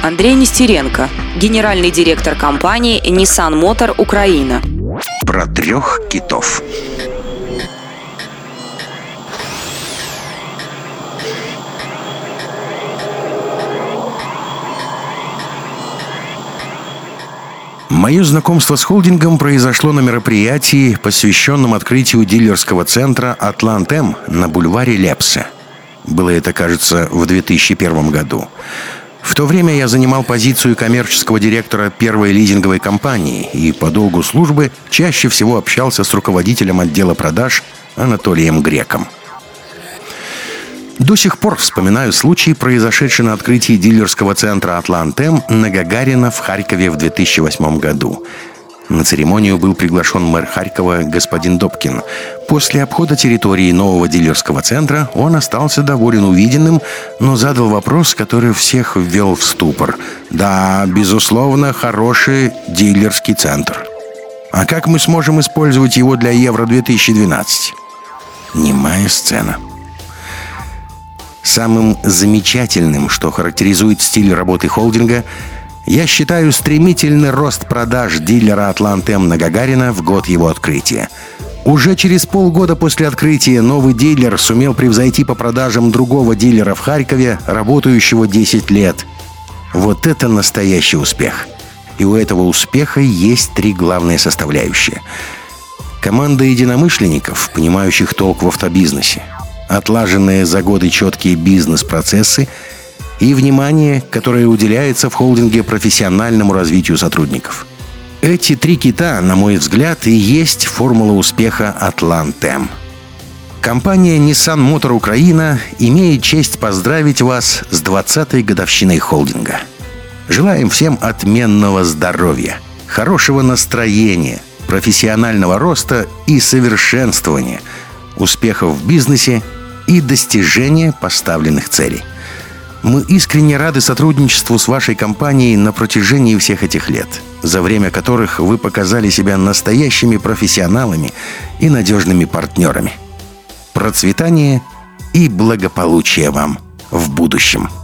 Андрей Нестеренко, генеральный директор компании Nissan Motor Украина. Про 3 китов. Мое знакомство с холдингом произошло на мероприятии, посвященном открытию дилерского центра «Атлант-М» на бульваре Лепсе. Было это, кажется, в 2001 году. В то время я занимал позицию коммерческого директора первой лизинговой компании и по долгу службы чаще всего общался с руководителем отдела продаж Анатолием Греком. До сих пор вспоминаю случай, произошедший на открытии дилерского центра «Атлант-М» на Гагарина в Харькове в 2008 году. На церемонию был приглашен мэр Харькова господин Добкин. После обхода территории нового дилерского центра он остался доволен увиденным, но задал вопрос, который всех ввел в ступор. Да, безусловно, хороший дилерский центр. А как мы сможем использовать его для Евро-2012? Немая сцена. Самым замечательным, что характеризует стиль работы холдинга, я считаю стремительный рост продаж дилера «Атлант-М» на Гагарина в год его открытия. Уже через полгода после открытия новый дилер сумел превзойти по продажам другого дилера в Харькове, работающего 10 лет. Вот это настоящий успех. И у этого успеха есть 3 главные составляющие. Команда единомышленников, понимающих толк в автобизнесе, отлаженные за годы четкие бизнес-процессы и внимание, которое уделяется в холдинге профессиональному развитию сотрудников. Эти 3 кита, на мой взгляд, и есть формула успеха «Атлант-М». Компания Nissan Motor Украина имеет честь поздравить вас с 20-й годовщиной холдинга. Желаем всем отменного здоровья, хорошего настроения, профессионального роста и совершенствования, успехов в бизнесе и достижения поставленных целей. Мы искренне рады сотрудничеству с вашей компанией на протяжении всех этих лет, за время которых вы показали себя настоящими профессионалами и надежными партнерами. Процветания и благополучия вам в будущем!